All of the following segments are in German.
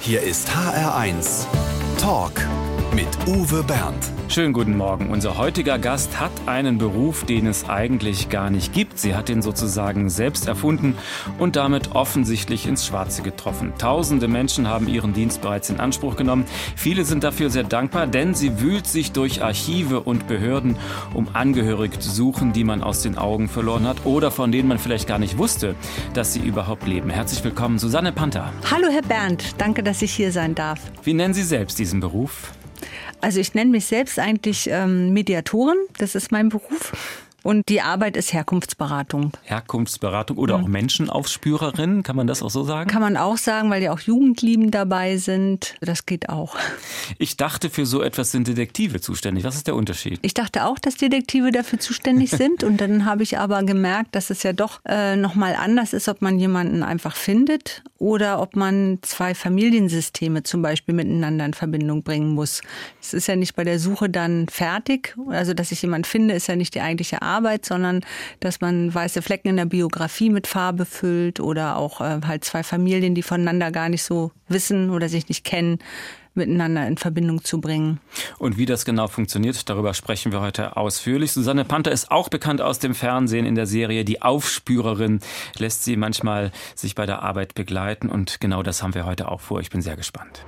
Hier ist HR1 Talk mit Uwe Bernd. Schönen guten Morgen. Unser heutiger Gast hat einen Beruf, den es eigentlich gar nicht gibt. Sie hat ihn sozusagen selbst erfunden und damit offensichtlich ins Schwarze getroffen. Tausende Menschen haben ihren Dienst bereits in Anspruch genommen. Viele sind dafür sehr dankbar, denn sie wühlt sich durch Archive und Behörden, um Angehörige zu suchen, die man aus den Augen verloren hat oder von denen man vielleicht gar nicht wusste, dass sie überhaupt leben. Herzlich willkommen, Susanne Panther. Hallo Herr Bernd, danke, dass ich hier sein darf. Wie nennen Sie selbst diesen Beruf? Also ich nenne mich selbst eigentlich Mediatorin, das ist mein Beruf. Und die Arbeit ist Herkunftsberatung. Herkunftsberatung oder auch Menschenaufspürerin, kann man das auch so sagen? Kann man auch sagen, weil ja auch Jugendlieben dabei sind. Das geht auch. Ich dachte, für so etwas sind Detektive zuständig. Was ist der Unterschied? Ich dachte auch, dass Detektive dafür zuständig sind. Und dann habe ich aber gemerkt, dass es ja doch nochmal anders ist, ob man jemanden einfach findet oder ob man zwei Familiensysteme zum Beispiel miteinander in Verbindung bringen muss. Es ist ja nicht bei der Suche dann fertig. Also, dass ich jemanden finde, ist ja nicht die eigentliche Arbeit, sondern dass man weiße Flecken in der Biografie mit Farbe füllt oder auch halt zwei Familien, die voneinander gar nicht so wissen oder sich nicht kennen, miteinander in Verbindung zu bringen. Und wie das genau funktioniert, darüber sprechen wir heute ausführlich. Susanne Panther ist auch bekannt aus dem Fernsehen. In der Serie Die Aufspürerin lässt sie manchmal sich bei der Arbeit begleiten. Und genau das haben wir heute auch vor. Ich bin sehr gespannt.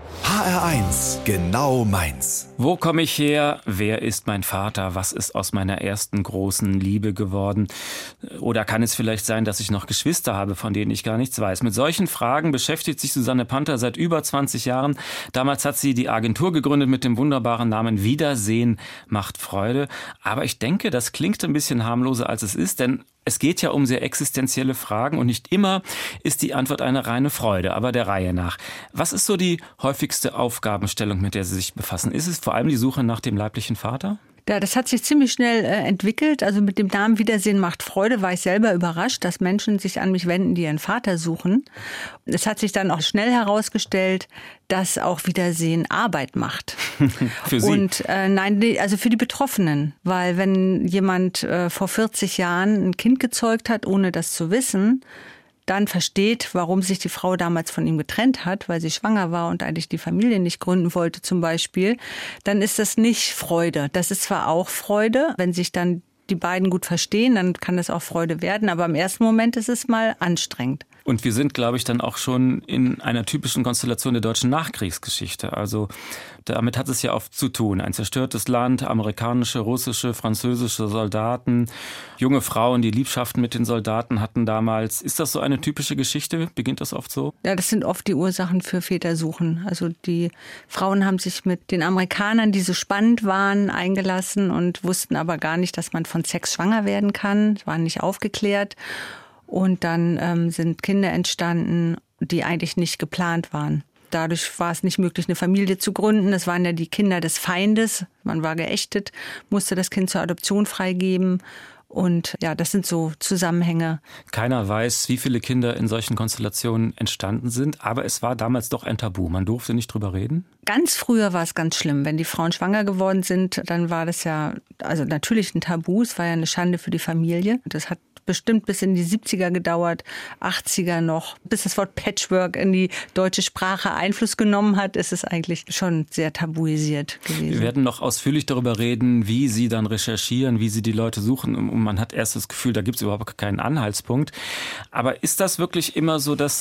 HR1, genau meins. Wo komme ich her? Wer ist mein Vater? Was ist aus meiner ersten großen Liebe geworden? Oder kann es vielleicht sein, dass ich noch Geschwister habe, von denen ich gar nichts weiß? Mit solchen Fragen beschäftigt sich Susanne Panther seit über 20 Jahren. Damals hat sie die Agentur gegründet mit dem wunderbaren Namen Wiedersehen macht Freude. Aber ich denke, das klingt ein bisschen harmloser, als es ist, denn es geht ja um sehr existenzielle Fragen und nicht immer ist die Antwort eine reine Freude, aber der Reihe nach. Was ist so die häufigste Aufgabenstellung, mit der Sie sich befassen? Ist es vor allem die Suche nach dem leiblichen Vater? Ja, das hat sich ziemlich schnell entwickelt. Also mit dem Namen Wiedersehen macht Freude war ich selber überrascht, dass Menschen sich an mich wenden, die ihren Vater suchen. Es hat sich dann auch schnell herausgestellt, dass auch Wiedersehen Arbeit macht. Für Sie? Und nein, also für die Betroffenen. Weil wenn jemand vor 40 Jahren ein Kind gezeugt hat, ohne das zu wissen, dann versteht, warum sich die Frau damals von ihm getrennt hat, weil sie schwanger war und eigentlich die Familie nicht gründen wollte zum Beispiel, dann ist das nicht Freude. Das ist zwar auch Freude, wenn sich dann die beiden gut verstehen, dann kann das auch Freude werden, aber im ersten Moment ist es mal anstrengend. Und wir sind, glaube ich, dann auch schon in einer typischen Konstellation der deutschen Nachkriegsgeschichte. Also damit hat es ja oft zu tun. Ein zerstörtes Land, amerikanische, russische, französische Soldaten, junge Frauen, die Liebschaften mit den Soldaten hatten damals. Ist das so eine typische Geschichte? Beginnt das oft so? Ja, das sind oft die Ursachen für Vätersuchen. Also die Frauen haben sich mit den Amerikanern, die so spannend waren, eingelassen und wussten aber gar nicht, dass man von Sex schwanger werden kann, waren nicht aufgeklärt. Und dann sind Kinder entstanden, die eigentlich nicht geplant waren. Dadurch war es nicht möglich, eine Familie zu gründen. Das waren ja die Kinder des Feindes. Man war geächtet, musste das Kind zur Adoption freigeben. Und ja, das sind so Zusammenhänge. Keiner weiß, wie viele Kinder in solchen Konstellationen entstanden sind. Aber es war damals doch ein Tabu. Man durfte nicht drüber reden. Ganz früher war es ganz schlimm. Wenn die Frauen schwanger geworden sind, dann war das ja also natürlich ein Tabu. Es war ja eine Schande für die Familie. Das hat bestimmt bis in die 70er gedauert, 80er noch. Bis das Wort Patchwork in die deutsche Sprache Einfluss genommen hat, ist es eigentlich schon sehr tabuisiert gewesen. Wir werden noch ausführlich darüber reden, wie Sie dann recherchieren, wie Sie die Leute suchen. Und man hat erst das Gefühl, da gibt es überhaupt keinen Anhaltspunkt. Aber ist das wirklich immer so, dass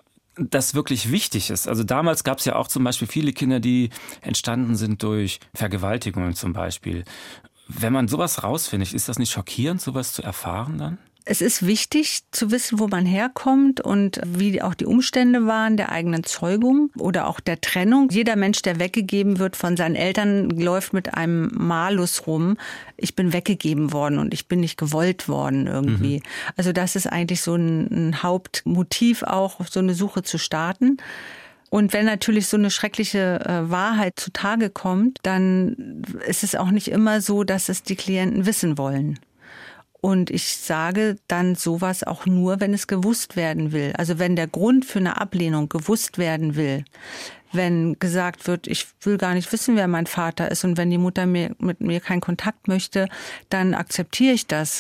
das wirklich wichtig ist? Also damals gab es ja auch zum Beispiel viele Kinder, die entstanden sind durch Vergewaltigungen zum Beispiel. Wenn man sowas rausfindet, ist das nicht schockierend, sowas zu erfahren dann? Es ist wichtig zu wissen, wo man herkommt und wie auch die Umstände waren der eigenen Zeugung oder auch der Trennung. Jeder Mensch, der weggegeben wird von seinen Eltern, läuft mit einem Malus rum. Ich bin weggegeben worden und ich bin nicht gewollt worden irgendwie. Also das ist eigentlich so ein Hauptmotiv auch, so eine Suche zu starten. Und wenn natürlich so eine schreckliche Wahrheit zutage kommt, dann ist es auch nicht immer so, dass es die Klienten wissen wollen. Und ich sage dann sowas auch nur, wenn es gewusst werden will. Also wenn der Grund für eine Ablehnung gewusst werden will. Wenn gesagt wird, ich will gar nicht wissen, wer mein Vater ist. Und wenn die Mutter mit mir keinen Kontakt möchte, dann akzeptiere ich das.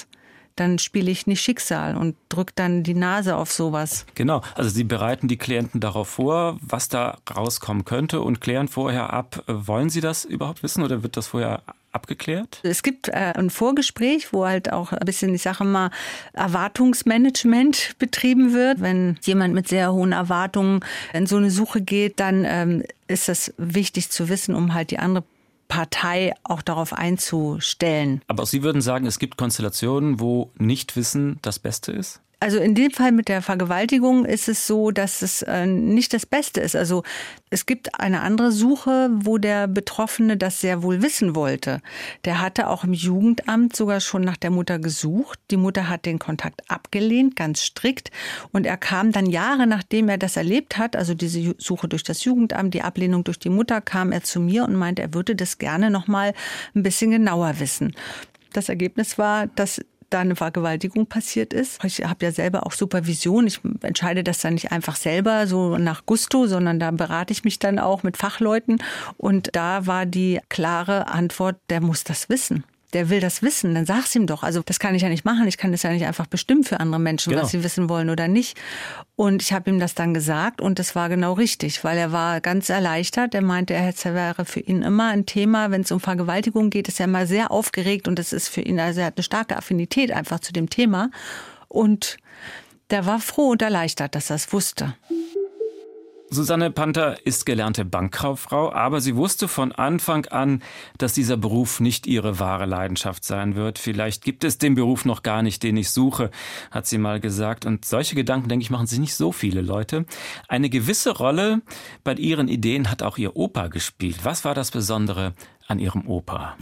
dann spiele ich nicht Schicksal und drücke dann die Nase auf sowas. Genau, also Sie bereiten die Klienten darauf vor, was da rauskommen könnte und klären vorher ab. Wollen Sie das überhaupt wissen oder wird das vorher abgeklärt? Es gibt ein Vorgespräch, wo halt auch ein bisschen, ich sage mal, Erwartungsmanagement betrieben wird. Wenn jemand mit sehr hohen Erwartungen in so eine Suche geht, dann ist das wichtig zu wissen, um halt die andere Partei auch darauf einzustellen. Aber Sie würden sagen, es gibt Konstellationen, wo Nichtwissen das Beste ist? Also in dem Fall mit der Vergewaltigung ist es so, dass es nicht das Beste ist. Also es gibt eine andere Suche, wo der Betroffene das sehr wohl wissen wollte. Der hatte auch im Jugendamt sogar schon nach der Mutter gesucht. Die Mutter hat den Kontakt abgelehnt, ganz strikt. Und er kam dann Jahre, nachdem er das erlebt hat, also diese Suche durch das Jugendamt, die Ablehnung durch die Mutter, kam er zu mir und meinte, er würde das gerne noch mal ein bisschen genauer wissen. Das Ergebnis war, dass da eine Vergewaltigung passiert ist. Ich habe ja selber auch Supervision. Ich entscheide das dann nicht einfach selber so nach Gusto, sondern da berate ich mich dann auch mit Fachleuten. Und da war die klare Antwort, der muss das wissen. Der will das wissen, dann sag's ihm doch. Also das kann ich ja nicht machen. Ich kann das ja nicht einfach bestimmen für andere Menschen, genau, was sie wissen wollen oder nicht. Und ich habe ihm das dann gesagt und das war genau richtig, weil er war ganz erleichtert. Er meinte, es wäre für ihn immer ein Thema, wenn es um Vergewaltigung geht, ist er immer sehr aufgeregt und das ist für ihn, also er hat eine starke Affinität einfach zu dem Thema. Und der war froh und erleichtert, dass er es wusste. Susanne Panther ist gelernte Bankkauffrau, aber sie wusste von Anfang an, dass dieser Beruf nicht ihre wahre Leidenschaft sein wird. Vielleicht gibt es den Beruf noch gar nicht, den ich suche, hat sie mal gesagt. Und solche Gedanken, denke ich, machen sich nicht so viele Leute. Eine gewisse Rolle bei ihren Ideen hat auch ihr Opa gespielt. Was war das Besondere an ihrem Opa?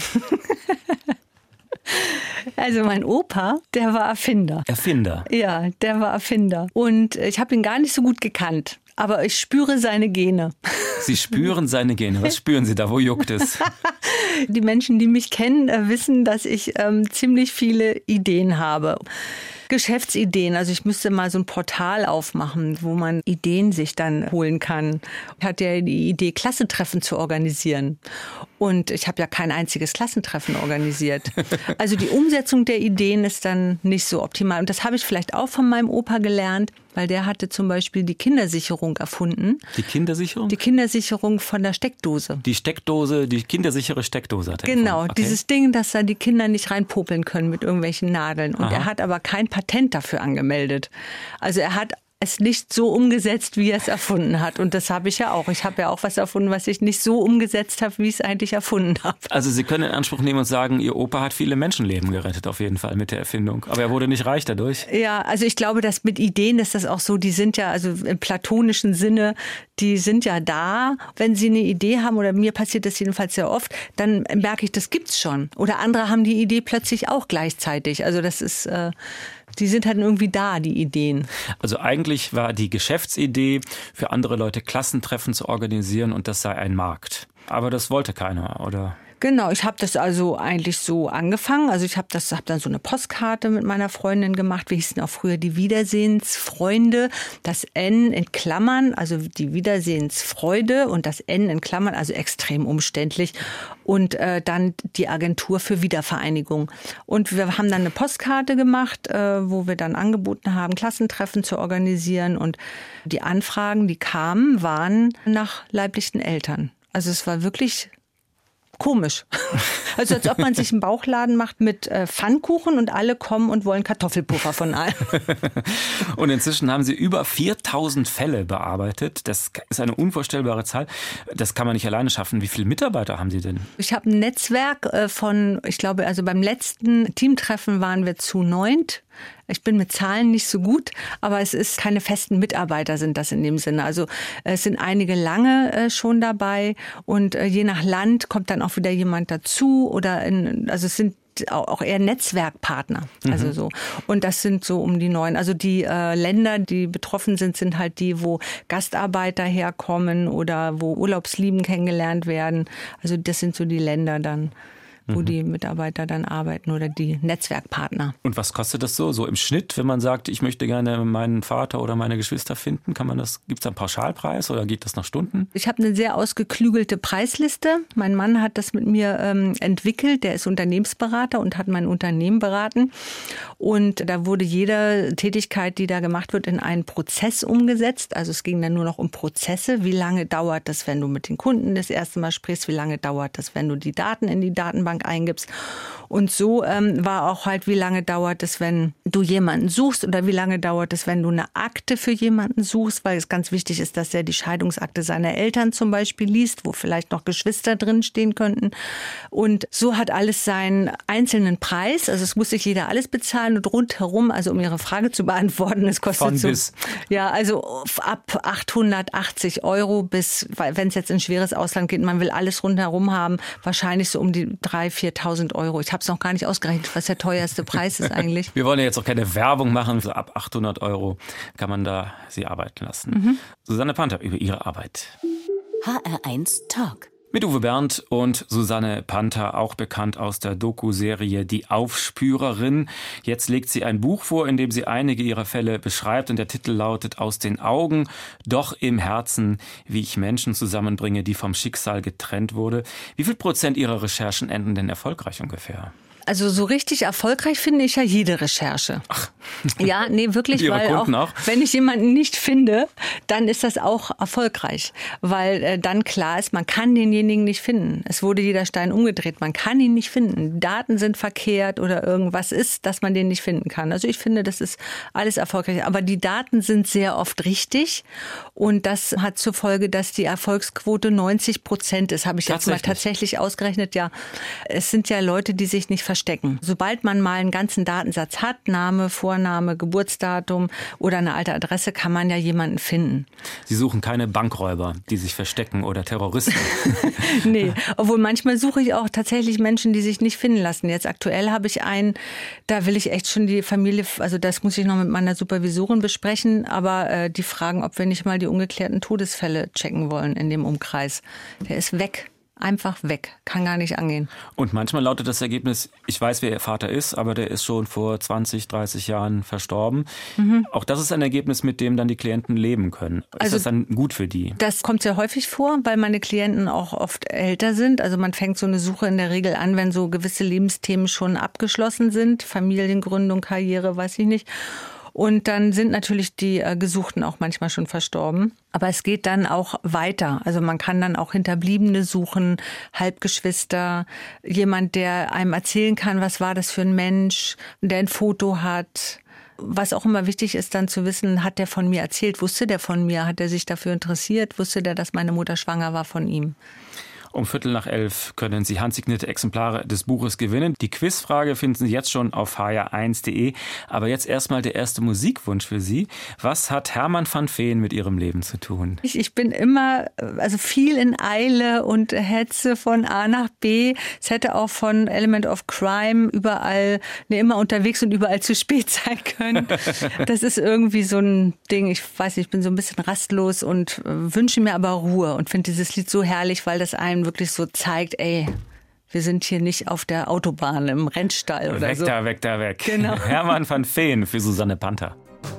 Also mein Opa, der war Erfinder. Erfinder? Ja, der war Erfinder. Und ich habe ihn gar nicht so gut gekannt. Aber ich spüre seine Gene. Sie spüren seine Gene. Was spüren Sie da? Wo juckt es? Die Menschen, die mich kennen, wissen, dass ich ziemlich viele Ideen habe. Geschäftsideen. Also ich müsste mal so ein Portal aufmachen, wo man Ideen sich dann holen kann. Ich hatte ja die Idee, Klassentreffen zu organisieren. Und ich habe ja kein einziges Klassentreffen organisiert. Also die Umsetzung der Ideen ist dann nicht so optimal. Und das habe ich vielleicht auch von meinem Opa gelernt, weil der hatte zum Beispiel die Kindersicherung erfunden. Die Kindersicherung? Die Kindersicherung von der Steckdose. Die Steckdose, die kindersichere Steckdose hat er Genau, erfunden. Okay. Dieses Ding, dass da die Kinder nicht reinpopeln können mit irgendwelchen Nadeln. Und er hat aber kein Patent dafür angemeldet. Also er hat es nicht so umgesetzt, wie er es erfunden hat. Und das habe ich ja auch. Ich habe ja auch was erfunden, was ich nicht so umgesetzt habe, wie ich es eigentlich erfunden habe. Also Sie können in Anspruch nehmen und sagen, Ihr Opa hat viele Menschenleben gerettet, auf jeden Fall mit der Erfindung. Aber er wurde nicht reich dadurch. Ja, also ich glaube, dass mit Ideen ist das auch so, die sind ja, also im platonischen Sinne, die sind ja da. Wenn Sie eine Idee haben, oder mir passiert das jedenfalls sehr oft, dann merke ich, das gibt's schon. Oder andere haben die Idee plötzlich auch gleichzeitig. Also das ist... Die sind halt irgendwie da, die Ideen. Also eigentlich war die Geschäftsidee, für andere Leute Klassentreffen zu organisieren und das sei ein Markt. Aber das wollte keiner, oder? Genau, ich habe das also eigentlich so angefangen. Also ich habe dann so eine Postkarte mit meiner Freundin gemacht. Wir hießen auch früher die Wiedersehensfreunde. Das N in Klammern, also die Wiedersehensfreude und das N in Klammern, also extrem umständlich. Und dann die Agentur für Wiedervereinigung. Und wir haben dann eine Postkarte gemacht, wo wir dann angeboten haben, Klassentreffen zu organisieren. Und die Anfragen, die kamen, waren nach leiblichen Eltern. Also es war wirklich... komisch. Also als ob man sich einen Bauchladen macht mit Pfannkuchen und alle kommen und wollen Kartoffelpuffer von allen. Und inzwischen haben Sie über 4000 Fälle bearbeitet. Das ist eine unvorstellbare Zahl. Das kann man nicht alleine schaffen. Wie viele Mitarbeiter haben Sie denn? Ich habe ein Netzwerk von, ich glaube, also beim letzten Teamtreffen waren wir zu 9. Ich bin mit Zahlen nicht so gut, aber es ist keine festen Mitarbeiter sind das in dem Sinne. Also es sind einige lange schon dabei und je nach Land kommt dann auch wieder jemand dazu oder also es sind auch eher Netzwerkpartner. Also so. Und das sind so um die 9. Also die Länder, die betroffen sind, sind halt die, wo Gastarbeiter herkommen oder wo Urlaubslieben kennengelernt werden. Also das sind so die Länder dann. wo die Mitarbeiter dann arbeiten oder die Netzwerkpartner. Und was kostet das so im Schnitt, wenn man sagt, ich möchte gerne meinen Vater oder meine Geschwister finden? Gibt es da einen Pauschalpreis oder geht das nach Stunden? Ich habe eine sehr ausgeklügelte Preisliste. Mein Mann hat das mit mir entwickelt. Der ist Unternehmensberater und hat mein Unternehmen beraten. Und da wurde jede Tätigkeit, die da gemacht wird, in einen Prozess umgesetzt. Also es ging dann nur noch um Prozesse. Wie lange dauert das, wenn du mit den Kunden das erste Mal sprichst? Wie lange dauert das, wenn du die Daten in die Datenbank eingibst? Und so war auch halt, wie lange dauert es, wenn du jemanden suchst oder wie lange dauert es, wenn du eine Akte für jemanden suchst, weil es ganz wichtig ist, dass er die Scheidungsakte seiner Eltern zum Beispiel liest, wo vielleicht noch Geschwister drin stehen könnten. Und so hat alles seinen einzelnen Preis. Also es muss sich jeder alles bezahlen und rundherum, also um Ihre Frage zu beantworten, es kostet von bis. Ja, also ab 880 € bis, wenn es jetzt in schweres Ausland geht, man will alles rundherum haben, wahrscheinlich so um die 3.000, 4.000 €. Ich habe es noch gar nicht ausgerechnet, was der teuerste Preis ist eigentlich. Wir wollen ja jetzt auch keine Werbung machen. So ab 800 € kann man da Sie arbeiten lassen. Susanne Panther über ihre Arbeit. HR1 Talk. Mit Uwe Bernd und Susanne Panther, auch bekannt aus der Doku-Serie Die Aufspürerin. Jetzt legt sie ein Buch vor, in dem sie einige ihrer Fälle beschreibt. Und der Titel lautet Aus den Augen, doch im Herzen, wie ich Menschen zusammenbringe, die vom Schicksal getrennt wurde. Wie viel Prozent Ihrer Recherchen enden denn erfolgreich ungefähr? Also so richtig erfolgreich finde ich ja jede Recherche. Ach. Ja, nee, wirklich, Ihre weil Kunden auch, wenn ich jemanden nicht finde, dann ist das auch erfolgreich. Weil dann klar ist, man kann denjenigen nicht finden. Es wurde jeder Stein umgedreht, man kann ihn nicht finden. Daten sind verkehrt oder irgendwas ist, dass man den nicht finden kann. Also ich finde, das ist alles erfolgreich. Aber die Daten sind sehr oft richtig und das hat zur Folge, dass die Erfolgsquote 90% ist. Habe ich jetzt mal tatsächlich ausgerechnet. Ja, es sind ja Leute, die sich nicht verstecken. Sobald man mal einen ganzen Datensatz hat, Name, Vorname, Geburtsdatum oder eine alte Adresse, kann man ja jemanden finden. Sie suchen keine Bankräuber, die sich verstecken oder Terroristen. Nee, obwohl manchmal suche ich auch tatsächlich Menschen, die sich nicht finden lassen. Jetzt aktuell habe ich einen, da will ich echt schon die Familie, also das muss ich noch mit meiner Supervisorin besprechen, aber die fragen, ob wir nicht mal die ungeklärten Todesfälle checken wollen in dem Umkreis. Der ist weg. Einfach weg, kann gar nicht angehen. Und manchmal lautet das Ergebnis, ich weiß, wer Ihr Vater ist, aber der ist schon vor 20, 30 Jahren verstorben. Auch das ist ein Ergebnis, mit dem dann die Klienten leben können. Ist das dann gut für die? Das kommt sehr häufig vor, weil meine Klienten auch oft älter sind. Also man fängt so eine Suche in der Regel an, wenn so gewisse Lebensthemen schon abgeschlossen sind. Familiengründung, Karriere, weiß ich nicht. Und dann sind natürlich die Gesuchten auch manchmal schon verstorben. Aber es geht dann auch weiter. Also man kann dann auch Hinterbliebene suchen, Halbgeschwister, jemand, der einem erzählen kann, was war das für ein Mensch, der ein Foto hat. Was auch immer wichtig ist, dann zu wissen, hat der von mir erzählt, wusste der von mir, hat er sich dafür interessiert, wusste der, dass meine Mutter schwanger war von ihm. Um 10:45 können Sie handsignierte Exemplare des Buches gewinnen. Die Quizfrage finden Sie jetzt schon auf hr1.de. Aber jetzt erstmal der erste Musikwunsch für Sie. Was hat Hermann van Veen mit Ihrem Leben zu tun? Ich bin immer, also viel in Eile und hetze von A nach B. Es hätte auch von Element of Crime überall, immer unterwegs und überall zu spät sein können. Das ist irgendwie so ein Ding. Ich weiß nicht, ich bin so ein bisschen rastlos und wünsche mir aber Ruhe und finde dieses Lied so herrlich, weil das einem wirklich so zeigt, ey, wir sind hier nicht auf der Autobahn im Rennstall oder so. Weg da, weg. Genau. Hermann van Veen für Susanne Panther.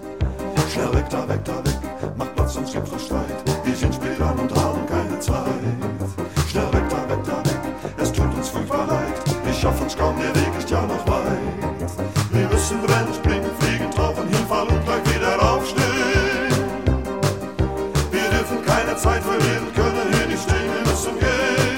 Schnell weg da, macht Platz, sonst gibt's noch Streit. Wir sind spät dran und haben keine Zeit. Schnell weg da, es tut uns furchtbar leid. Wir schaffen uns kaum, der Weg ist ja noch weit. Wir müssen brennen, springen, fliegen, tauchen, hinfallen und gleich wieder aufstehen. Wir dürfen keine Zeit verlieren, können hier nicht stehen, wir müssen gehen.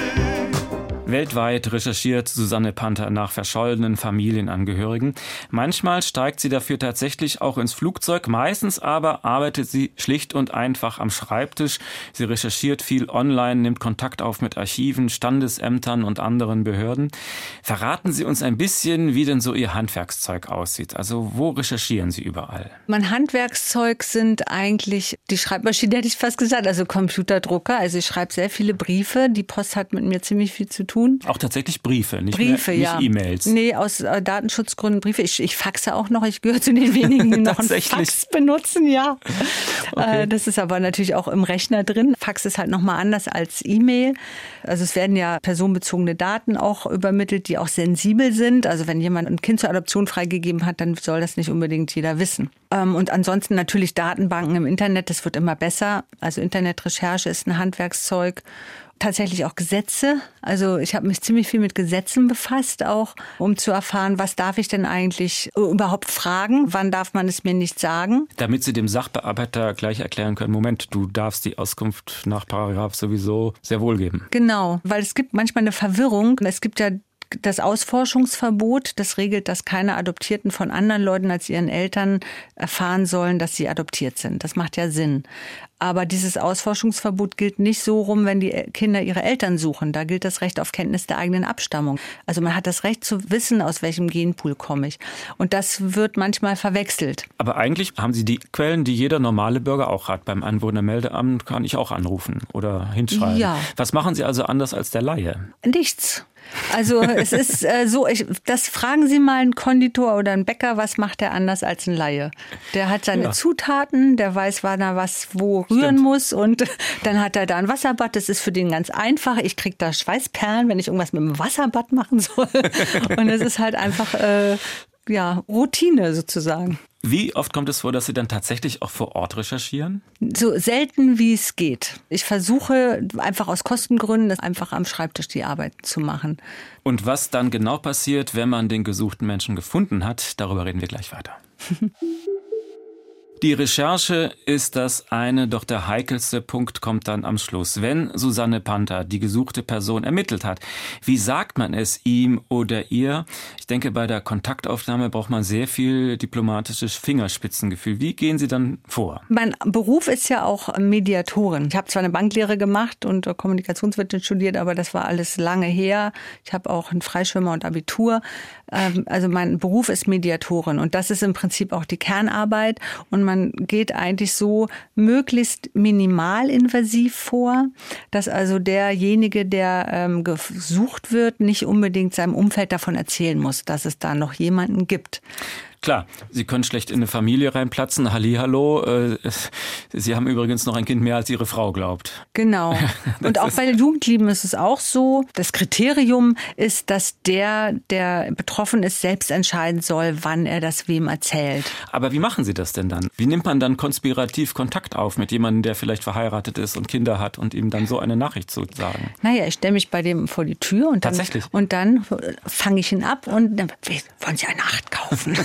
Weltweit recherchiert Susanne Panther nach verschollenen Familienangehörigen. Manchmal steigt sie dafür tatsächlich auch ins Flugzeug, meistens aber arbeitet sie schlicht und einfach am Schreibtisch. Sie recherchiert viel online, nimmt Kontakt auf mit Archiven, Standesämtern und anderen Behörden. Verraten Sie uns ein bisschen, wie denn so Ihr Handwerkszeug aussieht. Also wo recherchieren Sie überall? Mein Handwerkszeug sind eigentlich die Schreibmaschine, hätte ich fast gesagt, also Computerdrucker. Also ich schreibe sehr viele Briefe. Die Post hat mit mir ziemlich viel zu tun. tun. Auch tatsächlich Briefe, nicht Ja. E-Mails. Nee, aus Datenschutzgründen Briefe. Ich faxe auch noch. Ich gehöre zu den wenigen, die noch einen Fax benutzen, ja. Okay. Das ist aber natürlich auch im Rechner drin. Fax ist halt nochmal anders als E-Mail. Also es werden ja personenbezogene Daten auch übermittelt, die auch sensibel sind. Also wenn jemand ein Kind zur Adoption freigegeben hat, dann soll das nicht unbedingt jeder wissen. Und ansonsten natürlich Datenbanken im Internet, das wird immer besser. Also Internetrecherche ist ein Handwerkszeug. Tatsächlich auch Gesetze. Also ich habe mich ziemlich viel mit Gesetzen befasst, auch um zu erfahren, was darf ich denn eigentlich überhaupt fragen, wann darf man es mir nicht sagen. Damit Sie dem Sachbearbeiter gleich erklären können, Moment, du darfst die Auskunft nach Paragraph sowieso sehr wohl geben. Genau, weil es gibt manchmal eine Verwirrung. Es gibt ja das Ausforschungsverbot, das regelt, dass keine Adoptierten von anderen Leuten als ihren Eltern erfahren sollen, dass sie adoptiert sind. Das macht ja Sinn. Aber dieses Ausforschungsverbot gilt nicht so rum, wenn die Kinder ihre Eltern suchen. Da gilt das Recht auf Kenntnis der eigenen Abstammung. Also man hat das Recht zu wissen, aus welchem Genpool komme ich. Und das wird manchmal verwechselt. Aber eigentlich haben Sie die Quellen, die jeder normale Bürger auch hat. Beim Einwohnermeldeamt kann ich auch anrufen oder hinschreiben. Ja. Was machen Sie also anders als der Laie? Nichts. Also es ist das fragen Sie mal einen Konditor oder einen Bäcker, was macht der anders als ein Laie? Der hat seine Zutaten, der weiß, wann er was wo rühren muss und dann hat er da ein Wasserbad, das ist für den ganz einfach. Ich kriege da Schweißperlen, wenn ich irgendwas mit dem Wasserbad machen soll und es ist halt einfach Routine sozusagen. Wie oft kommt es vor, dass Sie dann tatsächlich auch vor Ort recherchieren? So selten wie es geht. Ich versuche einfach aus Kostengründen, einfach am Schreibtisch die Arbeit zu machen. Und was dann genau passiert, wenn man den gesuchten Menschen gefunden hat, darüber reden wir gleich weiter. Die Recherche ist das eine, doch der heikelste Punkt kommt dann am Schluss. Wenn Susanne Panther die gesuchte Person ermittelt hat, wie sagt man es ihm oder ihr? Ich denke, bei der Kontaktaufnahme braucht man sehr viel diplomatisches Fingerspitzengefühl. Wie gehen Sie dann vor? Mein Beruf ist ja auch Mediatorin. Ich habe zwar eine Banklehre gemacht und Kommunikationswirtschaft studiert, aber das war alles lange her. Ich habe auch einen Freischwimmer und Abitur. Also mein Beruf ist Mediatorin und das ist im Prinzip auch die Kernarbeit und man geht eigentlich so möglichst minimalinvasiv vor, dass also derjenige, der gesucht wird, nicht unbedingt seinem Umfeld davon erzählen muss, dass es da noch jemanden gibt. Klar, Sie können schlecht in eine Familie reinplatzen. Hallihallo. Sie haben übrigens noch ein Kind mehr, als Ihre Frau glaubt. Genau. Und auch bei den Jugendlieben ist es auch so. Das Kriterium ist, dass der betroffen ist, selbst entscheiden soll, wann er das wem erzählt. Aber wie machen Sie das denn dann? Wie nimmt man dann konspirativ Kontakt auf mit jemandem, der vielleicht verheiratet ist und Kinder hat und ihm dann so eine Nachricht zu sagen? Naja, ich stelle mich bei dem vor die Tür und dann fange ich ihn ab und dann, wollen Sie eine Acht kaufen?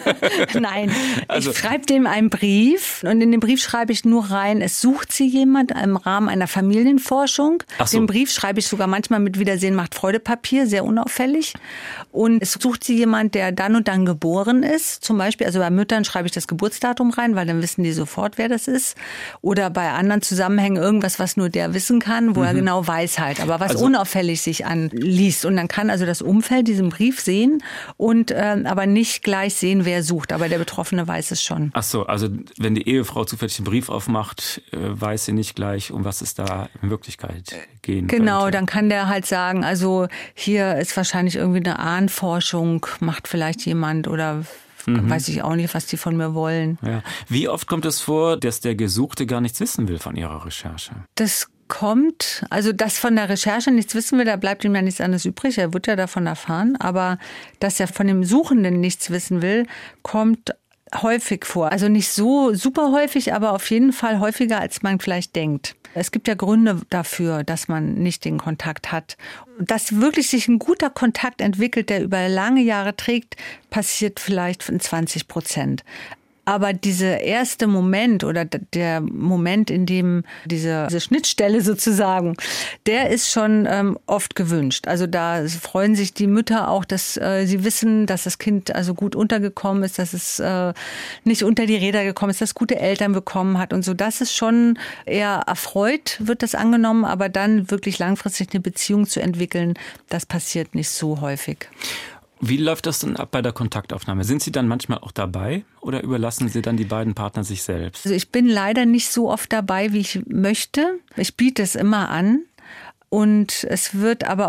Nein, also ich schreibe dem einen Brief und in den Brief schreibe ich nur rein, es sucht sie jemand im Rahmen einer Familienforschung. Ach so. Den Brief schreibe ich sogar manchmal mit Wiedersehen macht Freude Papier, sehr unauffällig. Und es sucht sie jemand, der dann und dann geboren ist. Zum Beispiel, also bei Müttern schreibe ich das Geburtsdatum rein, weil dann wissen die sofort, wer das ist. Oder bei anderen Zusammenhängen irgendwas, was nur der wissen kann, wo er genau weiß halt. Aber was unauffällig sich anliest. Und dann kann also das Umfeld diesen Brief sehen und aber nicht gleich sehen, wer sucht, aber der Betroffene weiß es schon. Ach so, also wenn die Ehefrau zufällig einen Brief aufmacht, weiß sie nicht gleich, um was es da in Wirklichkeit gehen Genau, könnte. Dann kann der halt sagen, also hier ist wahrscheinlich irgendwie eine Ahnenforschung, macht vielleicht jemand oder weiß ich auch nicht, was die von mir wollen. Ja. Wie oft kommt es vor, dass der Gesuchte gar nichts wissen will von Ihrer Recherche? Das kommt, also dass von der Recherche nichts wissen will, da bleibt ihm ja nichts anderes übrig, er wird ja davon erfahren, aber dass er von dem Suchenden nichts wissen will, kommt häufig vor. Also nicht so super häufig, aber auf jeden Fall häufiger, als man vielleicht denkt. Es gibt ja Gründe dafür, dass man nicht den Kontakt hat. Dass wirklich sich ein guter Kontakt entwickelt, der über lange Jahre trägt, passiert vielleicht in 20%. Aber dieser erste Moment oder der Moment, in dem diese Schnittstelle sozusagen, der ist schon oft gewünscht. Also da freuen sich die Mütter auch, dass sie wissen, dass das Kind also gut untergekommen ist, dass es nicht unter die Räder gekommen ist, dass es gute Eltern bekommen hat und so. Das ist schon eher erfreut, wird das angenommen, aber dann wirklich langfristig eine Beziehung zu entwickeln, das passiert nicht so häufig. Wie läuft das denn ab bei der Kontaktaufnahme? Sind Sie dann manchmal auch dabei oder überlassen Sie dann die beiden Partner sich selbst? Also ich bin leider nicht so oft dabei, wie ich möchte. Ich biete es immer an. Und es wird aber aus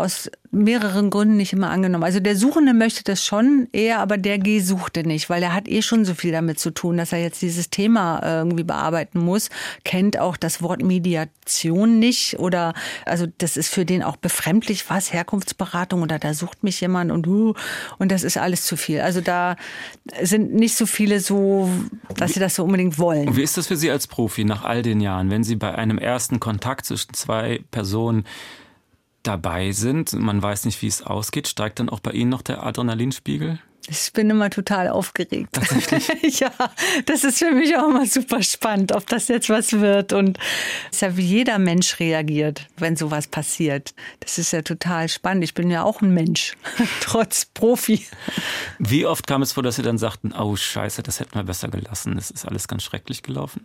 mehreren Gründen nicht immer angenommen. Also der Suchende möchte das schon eher, aber der Gesuchte nicht, weil er hat schon so viel damit zu tun, dass er jetzt dieses Thema irgendwie bearbeiten muss, kennt auch das Wort Mediation nicht oder also das ist für den auch befremdlich, was, Herkunftsberatung oder da sucht mich jemand und das ist alles zu viel. Also da sind nicht so viele so, dass sie das so unbedingt wollen. Und wie ist das für Sie als Profi nach all den Jahren, wenn Sie bei einem ersten Kontakt zwischen zwei Personen dabei sind, man weiß nicht, wie es ausgeht, steigt dann auch bei Ihnen noch der Adrenalinspiegel? Ich bin immer total aufgeregt. Tatsächlich? Ja, das ist für mich auch immer super spannend, ob das jetzt was wird. Und es ist ja, wie jeder Mensch reagiert, wenn sowas passiert. Das ist ja total spannend. Ich bin ja auch ein Mensch, trotz Profi. Wie oft kam es vor, dass Sie dann sagten, oh Scheiße, das hätten wir besser gelassen, das ist alles ganz schrecklich gelaufen?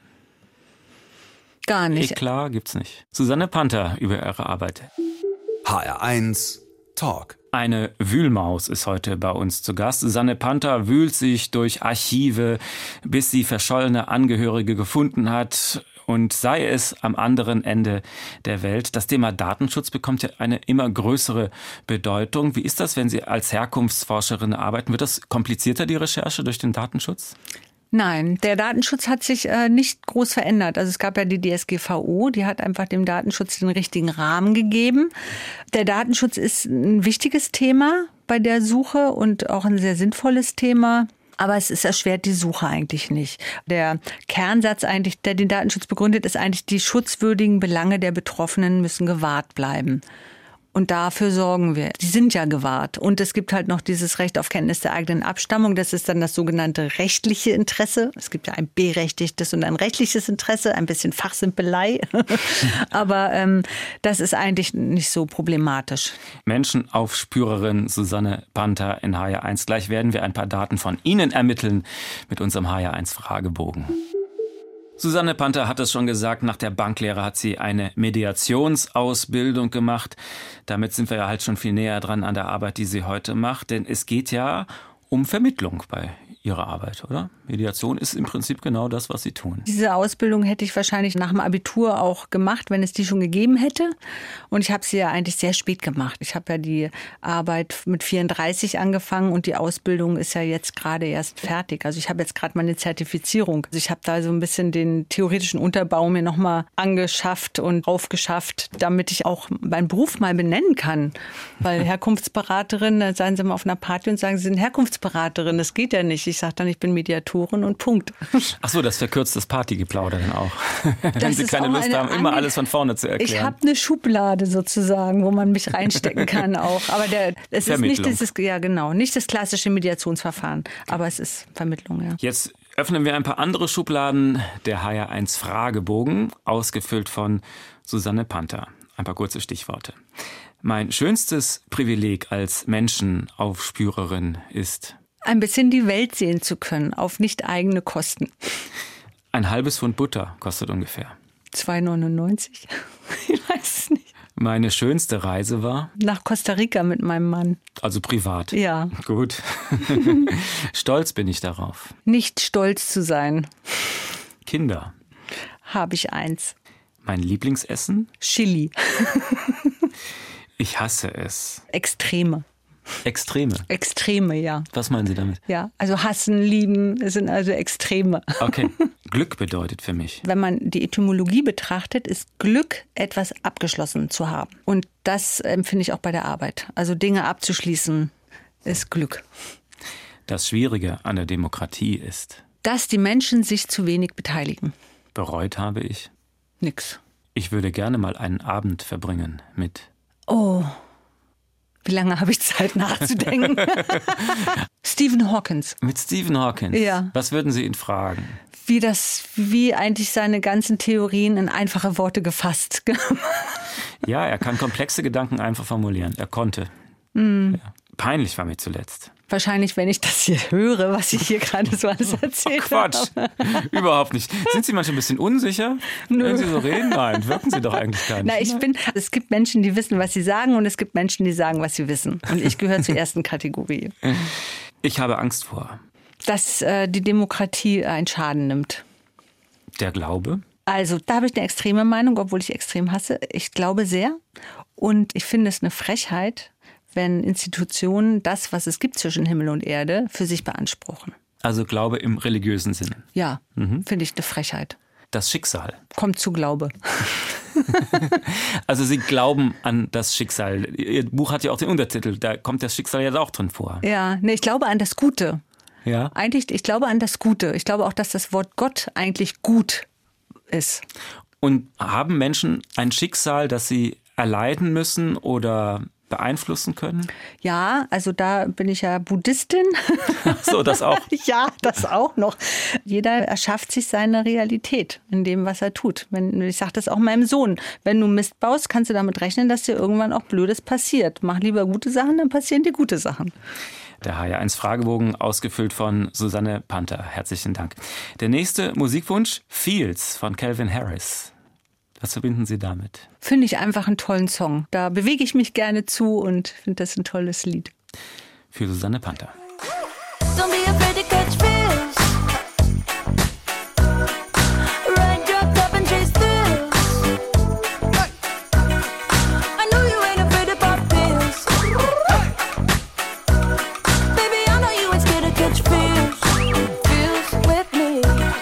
Gar nicht. Klar, gibt's nicht. Susanne Panther über ihre Arbeit. HR1 Talk. Eine Wühlmaus ist heute bei uns zu Gast. Susanne Panther wühlt sich durch Archive, bis sie verschollene Angehörige gefunden hat. Und sei es am anderen Ende der Welt. Das Thema Datenschutz bekommt ja eine immer größere Bedeutung. Wie ist das, wenn Sie als Herkunftsforscherin arbeiten? Wird das komplizierter, die Recherche durch den Datenschutz? Nein, der Datenschutz hat sich nicht groß verändert. Also es gab ja die DSGVO, die hat einfach dem Datenschutz den richtigen Rahmen gegeben. Der Datenschutz ist ein wichtiges Thema bei der Suche und auch ein sehr sinnvolles Thema. Aber es erschwert die Suche eigentlich nicht. Der Kernsatz eigentlich, der den Datenschutz begründet, ist eigentlich, die schutzwürdigen Belange der Betroffenen müssen gewahrt bleiben. Und dafür sorgen wir. Die sind ja gewahrt. Und es gibt halt noch dieses Recht auf Kenntnis der eigenen Abstammung. Das ist dann das sogenannte rechtliche Interesse. Es gibt ja ein berechtigtes und ein rechtliches Interesse. Ein bisschen Fachsimpelei. Aber das ist eigentlich nicht so problematisch. Menschenaufspürerin Susanne Panther in HR1. Gleich werden wir ein paar Daten von Ihnen ermitteln mit unserem HR1-Fragebogen. Susanne Panther hat es schon gesagt, nach der Banklehre hat sie eine Mediationsausbildung gemacht. Damit sind wir ja halt schon viel näher dran an der Arbeit, die sie heute macht. Denn es geht ja um Vermittlung bei Ihrer Arbeit, oder? Mediation ist im Prinzip genau das, was Sie tun. Diese Ausbildung hätte ich wahrscheinlich nach dem Abitur auch gemacht, wenn es die schon gegeben hätte. Und ich habe sie ja eigentlich sehr spät gemacht. Ich habe ja die Arbeit mit 34 angefangen und die Ausbildung ist ja jetzt gerade erst fertig. Also ich habe jetzt gerade meine Zertifizierung. Also ich habe da so ein bisschen den theoretischen Unterbau mir nochmal angeschafft und aufgeschafft, damit ich auch meinen Beruf mal benennen kann. Weil Herkunftsberaterin, da seien Sie mal auf einer Party und sagen, Sie sind Herkunftsberaterin. Das geht ja nicht. Ich sage dann, ich bin Mediatorin und Punkt. Ach so, das verkürzt das Partygeplauder dann auch. Wenn Sie keine Lust haben, immer alles von vorne zu erklären. Ich habe eine Schublade sozusagen, wo man mich reinstecken kann auch. Aber es ist nicht dieses, ja genau, nicht das klassische Mediationsverfahren, aber es ist Vermittlung, ja. Jetzt öffnen wir ein paar andere Schubladen. Der HR1 Fragebogen, ausgefüllt von Susanne Panther. Ein paar kurze Stichworte. Mein schönstes Privileg als Menschenaufspürerin ist: ein bisschen die Welt sehen zu können, auf nicht eigene Kosten. Ein halbes Pfund Butter kostet ungefähr 2,99 €. Ich weiß es nicht. Meine schönste Reise war? Nach Costa Rica mit meinem Mann. Also privat? Ja. Gut. Stolz bin ich darauf. Nicht stolz zu sein. Kinder? Habe ich eins. Mein Lieblingsessen? Chili. Ich hasse es. Extreme. Extreme? Extreme, ja. Was meinen Sie damit? Ja, also hassen, lieben, es sind also Extreme. Okay. Glück bedeutet für mich: wenn man die Etymologie betrachtet, ist Glück, etwas abgeschlossen zu haben. Und das empfinde ich auch bei der Arbeit. Also Dinge abzuschließen ist Glück. Das Schwierige an der Demokratie ist, dass die Menschen sich zu wenig beteiligen. Bereut habe ich? Nix. Ich würde gerne mal einen Abend verbringen mit... Oh, wie lange habe ich Zeit nachzudenken? Stephen Hawkins. Mit Stephen Hawkins? Ja. Was würden Sie ihn fragen? Wie eigentlich seine ganzen Theorien in einfache Worte gefasst. Ja, er kann komplexe Gedanken einfach formulieren. Er konnte. Ja. Peinlich war mir zuletzt. Wahrscheinlich, wenn ich das hier höre, was ich hier gerade so alles erzählt Quatsch, habe. Überhaupt nicht. Sind Sie manchmal ein bisschen unsicher, wenn Sie so reden? Nein, wirken Sie doch eigentlich gar nicht. Es gibt Menschen, die wissen, was sie sagen, und es gibt Menschen, die sagen, was sie wissen. Und ich gehöre zur ersten Kategorie. Ich habe Angst vor. Dass die Demokratie einen Schaden nimmt. Der Glaube? Also, da habe ich eine extreme Meinung, obwohl ich extrem hasse. Ich glaube sehr. Und ich finde es eine Frechheit, wenn Institutionen das, was es gibt zwischen Himmel und Erde, für sich beanspruchen. Also Glaube im religiösen Sinne. Ja, finde ich eine Frechheit. Das Schicksal. Kommt zu Glaube. Also Sie glauben an das Schicksal. Ihr Buch hat ja auch den Untertitel, da kommt das Schicksal ja auch drin vor. Ja, nee, ich glaube an das Gute. Ja. Eigentlich, ich glaube an das Gute. Ich glaube auch, dass das Wort Gott eigentlich gut ist. Und haben Menschen ein Schicksal, das sie erleiden müssen oder beeinflussen können? Ja, also da bin ich ja Buddhistin. So, das auch. Ja, das auch noch. Jeder erschafft sich seine Realität in dem, was er tut. Ich sage das auch meinem Sohn. Wenn du Mist baust, kannst du damit rechnen, dass dir irgendwann auch Blödes passiert. Mach lieber gute Sachen, dann passieren dir gute Sachen. Der HR1 Fragebogen, ausgefüllt von Susanne Panther. Herzlichen Dank. Der nächste Musikwunsch, Fields von Calvin Harris. Was verbinden Sie damit? Finde ich einfach einen tollen Song. Da bewege ich mich gerne zu und finde das ein tolles Lied. Für Susanne Panther. Don't be afraid to catch fish. Ride your cup and chase thrills. I know you ain't afraid to pop pills. Baby, I know you ain't scared to catch fish. Feels with me.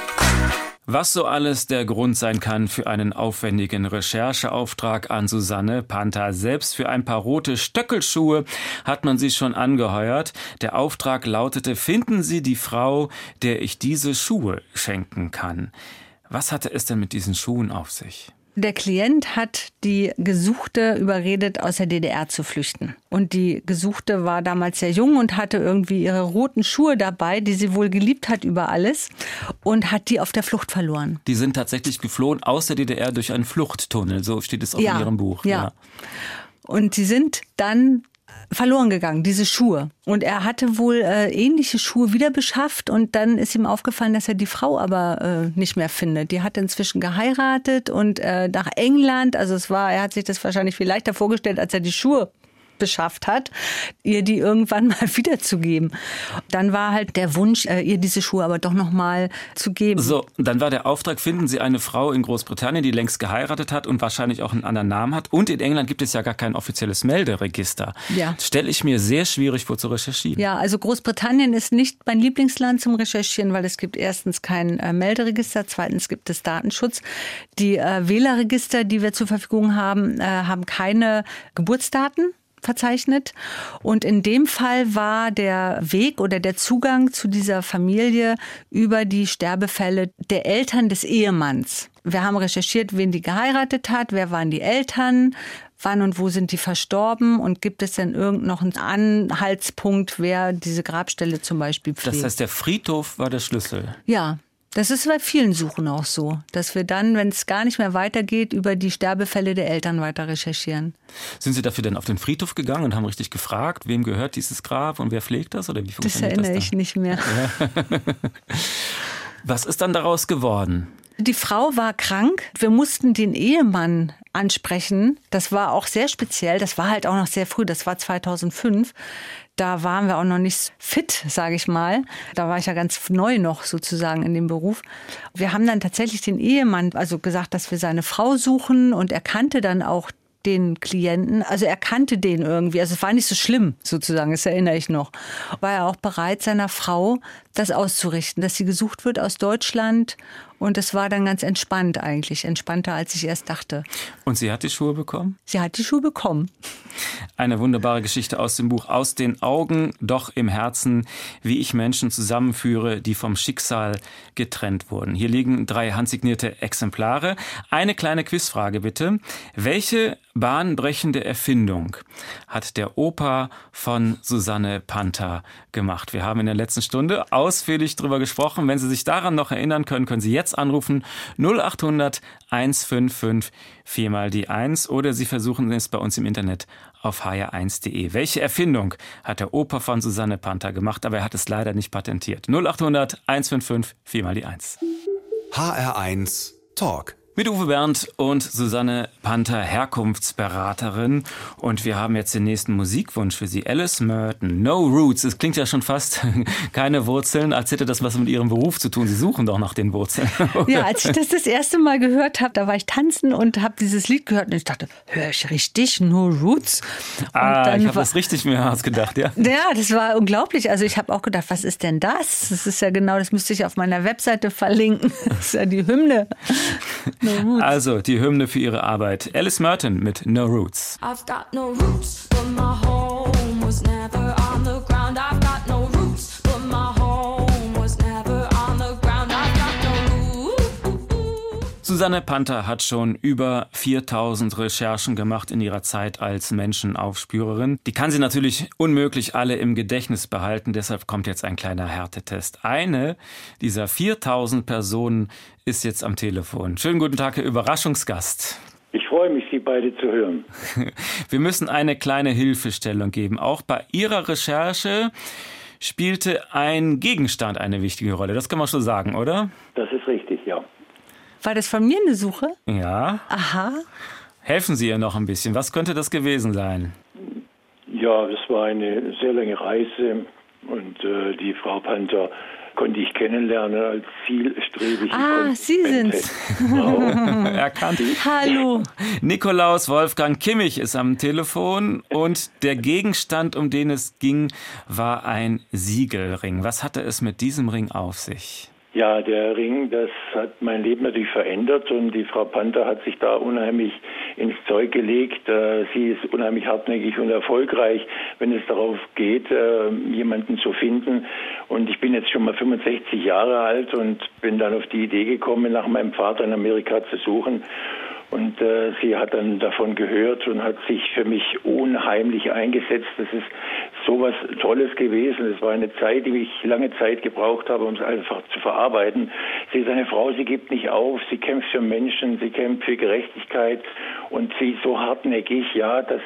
Was so alles der Grund sein kann für einen aufwendigen Rechercheauftrag an Susanne Panther. Selbst für ein paar rote Stöckelschuhe hat man sie schon angeheuert. Der Auftrag lautete: Finden Sie die Frau, der ich diese Schuhe schenken kann. Was hatte es denn mit diesen Schuhen auf sich? Der Klient hat die Gesuchte überredet, aus der DDR zu flüchten. Und die Gesuchte war damals sehr jung und hatte irgendwie ihre roten Schuhe dabei, die sie wohl geliebt hat über alles, und hat die auf der Flucht verloren. Die sind tatsächlich geflohen aus der DDR durch einen Fluchttunnel, so steht es auch in Ihrem Buch. Ja. Und sie sind dann verloren gegangen, diese Schuhe. Und er hatte wohl ähnliche Schuhe wieder beschafft und dann ist ihm aufgefallen, dass er die Frau aber nicht mehr findet. Die hat inzwischen geheiratet und nach England, also er hat sich das wahrscheinlich viel leichter vorgestellt, als er die Schuhe beschafft hat, ihr die irgendwann mal wiederzugeben. Dann war halt der Wunsch, ihr diese Schuhe aber doch noch mal zu geben. So, dann war der Auftrag: Finden Sie eine Frau in Großbritannien, die längst geheiratet hat und wahrscheinlich auch einen anderen Namen hat. Und in England gibt es ja gar kein offizielles Melderegister. Ja. Das stelle ich mir sehr schwierig vor zu recherchieren. Ja, also Großbritannien ist nicht mein Lieblingsland zum Recherchieren, weil es gibt erstens kein Melderegister, zweitens gibt es Datenschutz. Die Wählerregister, die wir zur Verfügung haben, haben keine Geburtsdaten verzeichnet. Und in dem Fall war der Weg oder der Zugang zu dieser Familie über die Sterbefälle der Eltern des Ehemanns. Wir haben recherchiert, wen die geheiratet hat, wer waren die Eltern, wann und wo sind die verstorben und gibt es denn noch einen Anhaltspunkt, wer diese Grabstelle zum Beispiel pflegt. Das heißt, der Friedhof war der Schlüssel. Ja. Das ist bei vielen Suchen auch so, dass wir dann, wenn es gar nicht mehr weitergeht, über die Sterbefälle der Eltern weiter recherchieren. Sind Sie dafür dann auf den Friedhof gegangen und haben richtig gefragt, wem gehört dieses Grab und wer pflegt das? Oder wie funktioniert das erinnere ich nicht mehr. Was ist dann daraus geworden? Die Frau war krank. Wir mussten den Ehemann ansprechen. Das war auch sehr speziell. Das war halt auch noch sehr früh. Das war 2005. Da waren wir auch noch nicht fit, sage ich mal. Da war ich ja ganz neu noch sozusagen in dem Beruf. Wir haben dann tatsächlich den Ehemann also gesagt, dass wir seine Frau suchen. Und er kannte dann auch den Klienten, also er kannte den irgendwie, also es war nicht so schlimm sozusagen, das erinnere ich noch. War er auch bereit, seiner Frau das auszurichten, dass sie gesucht wird aus Deutschland, und es war dann ganz entspannt eigentlich, entspannter als ich erst dachte. Und sie hat die Schuhe bekommen? Sie hat die Schuhe bekommen. Eine wunderbare Geschichte aus dem Buch Aus den Augen, doch im Herzen, wie ich Menschen zusammenführe, die vom Schicksal getrennt wurden. Hier liegen 3 handsignierte Exemplare. Eine kleine Quizfrage bitte. Welche bahnbrechende Erfindung hat der Opa von Susanne Panther gemacht? Wir haben in der letzten Stunde ausführlich drüber gesprochen. Wenn Sie sich daran noch erinnern können, können Sie jetzt anrufen 0800 155 4 mal die 1 oder Sie versuchen es bei uns im Internet auf hr1.de. Welche Erfindung hat der Opa von Susanne Panther gemacht? Aber er hat es leider nicht patentiert. 0800 155 4 mal die 1. HR1 Talk. Mit Uwe Bernd und Susanne Panther, Herkunftsberaterin. Und wir haben jetzt den nächsten Musikwunsch für Sie. Alice Merton, No Roots. Es klingt ja schon fast keine Wurzeln, als hätte das was mit Ihrem Beruf zu tun. Sie suchen doch nach den Wurzeln. Ja, als ich das erste Mal gehört habe, da war ich tanzen und habe dieses Lied gehört und ich dachte, höre ich richtig? No Roots? Ich habe das richtig mir ausgedacht, ja. Ja, das war unglaublich. Also ich habe auch gedacht, was ist denn das? Das ist ja genau, das müsste ich auf meiner Webseite verlinken. Das ist ja die Hymne. No Roots. Also, die Hymne für Ihre Arbeit. Alice Merton mit No Roots. I've got no roots, but my home was never on the ground. I've got no roots, but my home was never on the ground. I've got no roots. Susanne Panther hat schon über 4000 Recherchen gemacht in ihrer Zeit als Menschenaufspürerin. Die kann sie natürlich unmöglich alle im Gedächtnis behalten, deshalb kommt jetzt ein kleiner Härtetest. Eine dieser 4000 Personen ist jetzt am Telefon. Schönen guten Tag, Herr Überraschungsgast. Ich freue mich, Sie beide zu hören. Wir müssen eine kleine Hilfestellung geben. Auch bei Ihrer Recherche spielte ein Gegenstand eine wichtige Rolle. Das kann man schon sagen, oder? Das ist richtig, ja. War das von mir eine Suche? Ja. Aha. Helfen Sie ihr noch ein bisschen. Was könnte das gewesen sein? Ja, es war eine sehr lange Reise und die Frau Panther konnte ich kennenlernen als zielstrebig. Sie sind's. Erkannt. Hallo. Nikolaus Wolfgang Kimmich ist am Telefon und der Gegenstand, um den es ging, war ein Siegelring. Was hatte es mit diesem Ring auf sich? Ja, der Ring, das hat mein Leben natürlich verändert und die Frau Panther hat sich da unheimlich ins Zeug gelegt. Sie ist unheimlich hartnäckig und erfolgreich, wenn es darauf geht, jemanden zu finden. Und ich bin jetzt schon mal 65 Jahre alt und bin dann auf die Idee gekommen, nach meinem Vater in Amerika zu suchen. Und sie hat dann davon gehört und hat sich für mich unheimlich eingesetzt. Das ist sowas Tolles gewesen. Es war eine Zeit, die ich lange Zeit gebraucht habe, um es einfach zu verarbeiten. Sie ist eine Frau, sie gibt nicht auf, sie kämpft für Menschen, sie kämpft für Gerechtigkeit und sie ist so hartnäckig, ja, dass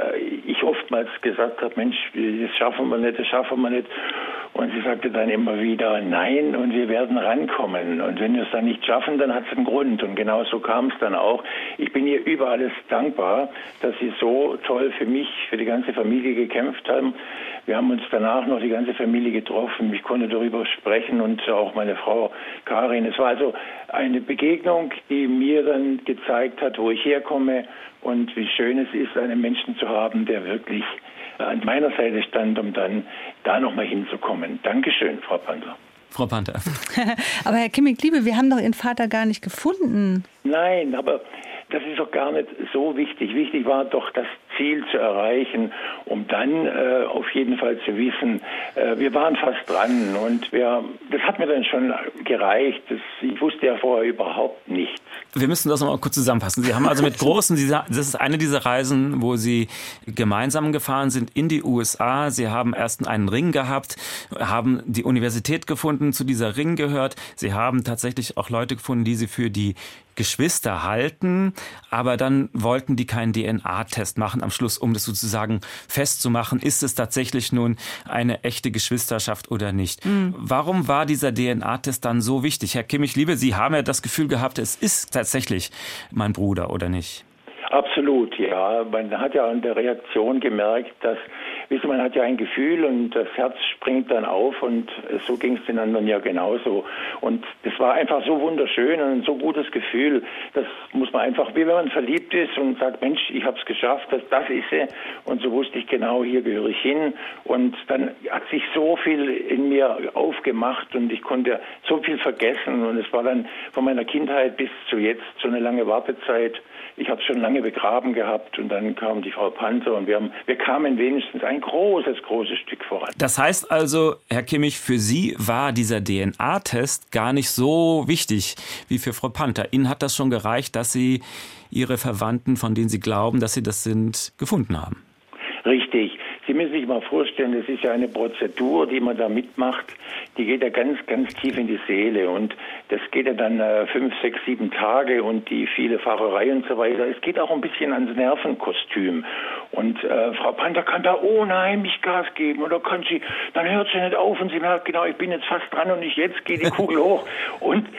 ich oftmals gesagt habe, Mensch, das schaffen wir nicht, das schaffen wir nicht. Und sie sagte dann immer wieder, nein, und wir werden rankommen. Und wenn wir es dann nicht schaffen, dann hat es einen Grund. Und genau so kam es dann auch. Ich bin ihr über alles dankbar, dass sie so toll für mich, für die ganze Familie gekämpft haben. Wir haben uns danach noch die ganze Familie getroffen. Ich konnte darüber sprechen und auch meine Frau Karin. Es war also eine Begegnung, die mir dann gezeigt hat, wo ich herkomme und wie schön es ist, einen Menschen zu haben, der wirklich an meiner Seite stand, um dann da nochmal hinzukommen. Dankeschön, Frau Panther. Frau Panther. Aber Herr Kimmich, Liebe, wir haben doch Ihren Vater gar nicht gefunden. Nein, aber das ist doch gar nicht so wichtig. Wichtig war doch, das Ziel zu erreichen, um dann auf jeden Fall zu wissen, wir waren fast dran und das hat mir dann schon gereicht. Ich wusste ja vorher überhaupt nichts. Wir müssen das noch mal kurz zusammenfassen. Sie haben also mit großen, das ist eine dieser Reisen, wo Sie gemeinsam gefahren sind in die USA. Sie haben erst einen Ring gehabt, haben die Universität gefunden, zu dieser Ring gehört. Sie haben tatsächlich auch Leute gefunden, die Sie für die Geschwister halten, aber dann wollten die keinen DNA-Test machen am Schluss, um das sozusagen festzumachen, ist es tatsächlich nun eine echte Geschwisterschaft oder nicht. Warum war dieser DNA-Test dann so wichtig? Herr Kimmich, Liebe, Sie haben ja das Gefühl gehabt, es ist tatsächlich mein Bruder, oder nicht? Absolut, ja. Man hat ja an der Reaktion gemerkt, dass, man hat ja ein Gefühl und das Herz springt dann auf und so ging es den anderen ja genauso. Und das war einfach so wunderschön und ein so gutes Gefühl. Das muss man einfach, wie wenn man verliebt ist und sagt, Mensch, ich habe es geschafft, das ist sie. Und so wusste ich genau, hier gehöre ich hin. Und dann hat sich so viel in mir aufgemacht und ich konnte so viel vergessen. Und es war dann von meiner Kindheit bis zu jetzt so eine lange Wartezeit. Ich habe es schon lange begraben gehabt und dann kam die Frau Panther und wir kamen wenigstens ein großes Stück voran. Das heißt also, Herr Kimmich, für Sie war dieser DNA-Test gar nicht so wichtig wie für Frau Panther. Ihnen hat das schon gereicht, dass Sie Ihre Verwandten, von denen Sie glauben, dass Sie das sind, gefunden haben. Richtig. Sie müssen sich mal vorstellen, das ist ja eine Prozedur, die man da mitmacht, die geht ja ganz, ganz tief in die Seele und das geht ja dann 5, 6, 7 Tage und die viele Fahrerei und so weiter. Es geht auch ein bisschen ans Nervenkostüm und Frau Panther kann da unheimlich Gas geben und dann hört sie nicht auf und sie merkt genau, ich bin jetzt fast dran und jetzt geht die Kugel hoch und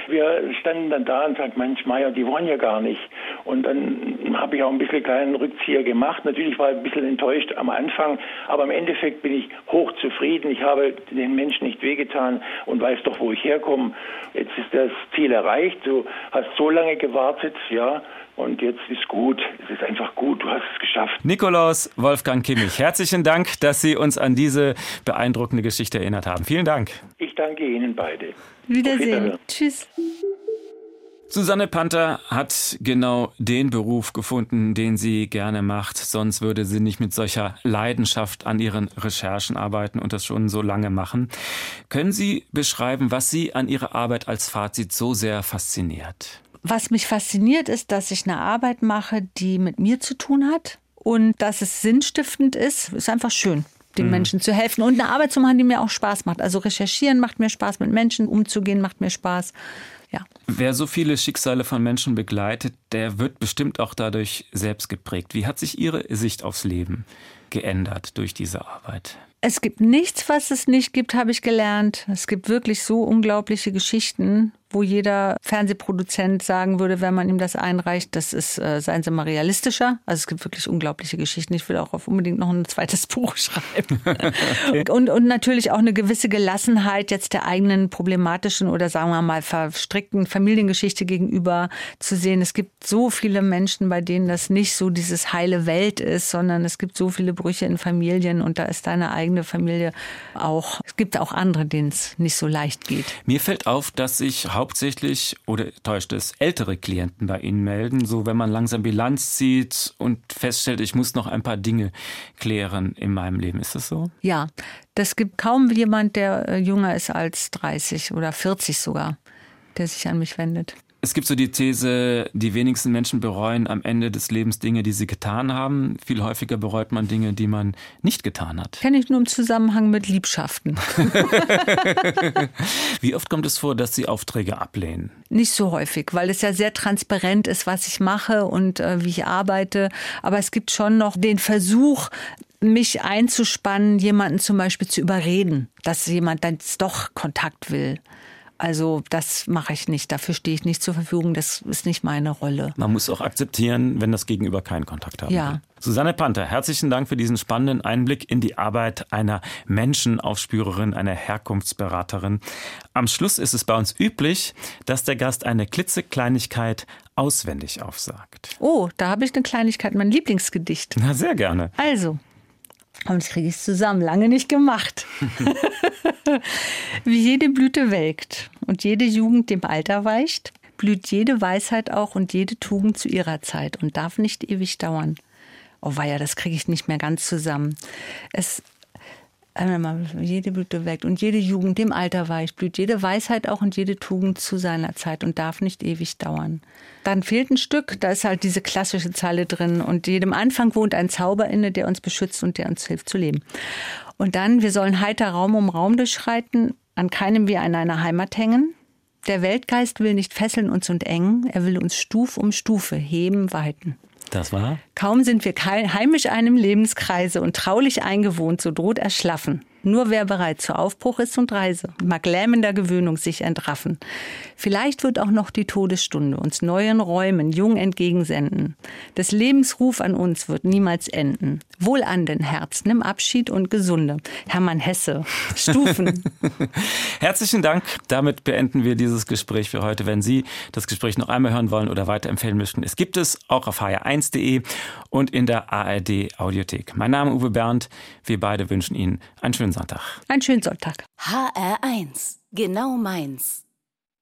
Wir standen dann da und sagten, Mensch, Meier, die wollen ja gar nicht. Und dann habe ich auch ein bisschen kleinen Rückzieher gemacht. Natürlich war ich ein bisschen enttäuscht am Anfang, aber im Endeffekt bin ich hochzufrieden. Ich habe den Menschen nicht wehgetan und weiß doch, wo ich herkomme. Jetzt ist das Ziel erreicht. Du hast so lange gewartet, ja. Und jetzt ist gut. Es ist einfach gut. Du hast es geschafft. Nikolaus Wolfgang Kimmich, herzlichen Dank, dass Sie uns an diese beeindruckende Geschichte erinnert haben. Vielen Dank. Ich danke Ihnen beide. Wiedersehen. Tschüss. Susanne Panther hat genau den Beruf gefunden, den sie gerne macht. Sonst würde sie nicht mit solcher Leidenschaft an ihren Recherchen arbeiten und das schon so lange machen. Können Sie beschreiben, was Sie an Ihrer Arbeit als Fazit so sehr fasziniert? Was mich fasziniert, ist, dass ich eine Arbeit mache, die mit mir zu tun hat und dass es sinnstiftend ist. Ist einfach schön, den Menschen zu helfen und eine Arbeit zu machen, die mir auch Spaß macht. Also recherchieren macht mir Spaß, mit Menschen umzugehen macht mir Spaß. Ja. Wer so viele Schicksale von Menschen begleitet, der wird bestimmt auch dadurch selbst geprägt. Wie hat sich Ihre Sicht aufs Leben geändert durch diese Arbeit? Es gibt nichts, was es nicht gibt, habe ich gelernt. Es gibt wirklich so unglaubliche Geschichten, wo jeder Fernsehproduzent sagen würde, wenn man ihm das einreicht, das ist, seien Sie mal realistischer. Also es gibt wirklich unglaubliche Geschichten. Ich will auch unbedingt noch ein zweites Buch schreiben. Okay. Und natürlich auch eine gewisse Gelassenheit jetzt der eigenen problematischen oder sagen wir mal verstrickten Familiengeschichte gegenüber zu sehen. Es gibt so viele Menschen, bei denen das nicht so dieses heile Welt ist, sondern es gibt so viele Brüche in Familien und da ist deine eigene Familie auch. Es gibt auch andere, denen es nicht so leicht geht. Mir fällt auf, dass sich hauptsächlich, oder täuscht es, ältere Klienten bei Ihnen melden, so wenn man langsam Bilanz zieht und feststellt, ich muss noch ein paar Dinge klären in meinem Leben. Ist das so? Ja, das gibt kaum jemand, der jünger ist als 30 oder 40 sogar, der sich an mich wendet. Es gibt so die These, die wenigsten Menschen bereuen am Ende des Lebens Dinge, die sie getan haben. Viel häufiger bereut man Dinge, die man nicht getan hat. Kenne ich nur im Zusammenhang mit Liebschaften. Wie oft kommt es vor, dass Sie Aufträge ablehnen? Nicht so häufig, weil es ja sehr transparent ist, was ich mache und wie ich arbeite. Aber es gibt schon noch den Versuch, mich einzuspannen, jemanden zum Beispiel zu überreden, dass jemand dann doch Kontakt will. Also das mache ich nicht, dafür stehe ich nicht zur Verfügung, das ist nicht meine Rolle. Man muss auch akzeptieren, wenn das Gegenüber keinen Kontakt haben will. Susanne Panther, herzlichen Dank für diesen spannenden Einblick in die Arbeit einer Menschenaufspürerin, einer Herkunftsberaterin. Am Schluss ist es bei uns üblich, dass der Gast eine klitzekleinigkeit auswendig aufsagt. Oh, da habe ich eine Kleinigkeit, mein Lieblingsgedicht. Na, sehr gerne. Also, und ich kriege es zusammen, lange nicht gemacht. Wie jede Blüte welkt und jede Jugend dem Alter weicht, blüht jede Weisheit auch und jede Tugend zu ihrer Zeit und darf nicht ewig dauern. Oh weia, das kriege ich nicht mehr ganz zusammen. Jede Blüte welkt und jede Jugend dem Alter weicht, blüht jede Weisheit auch und jede Tugend zu seiner Zeit und darf nicht ewig dauern. Dann fehlt ein Stück, da ist halt diese klassische Zeile drin und jedem Anfang wohnt ein Zauber inne, der uns beschützt und der uns hilft zu leben. Und dann, wir sollen heiter Raum um Raum durchschreiten, an keinem wir an einer Heimat hängen. Der Weltgeist will nicht fesseln uns und engen, er will uns Stuf um Stufe heben, weiten. Das war? Kaum sind wir heimisch einem Lebenskreise und traulich eingewohnt, so droht Erschlaffen. Nur wer bereit zu Aufbruch ist und Reise, mag lähmender Gewöhnung sich entraffen. Vielleicht wird auch noch die Todesstunde uns neuen Räumen jung entgegensenden. Des Lebens Ruf an uns wird niemals enden. Wohl an den Herz, nimm Abschied und Gesunde. Hermann Hesse, Stufen. Herzlichen Dank. Damit beenden wir dieses Gespräch für heute. Wenn Sie das Gespräch noch einmal hören wollen oder weiterempfehlen möchten, es gibt es auch auf hr1.de und in der ARD Audiothek. Mein Name ist Uwe Bernd. Wir beide wünschen Ihnen einen schönen Sonntag. Einen schönen Sonntag. HR1, genau meins.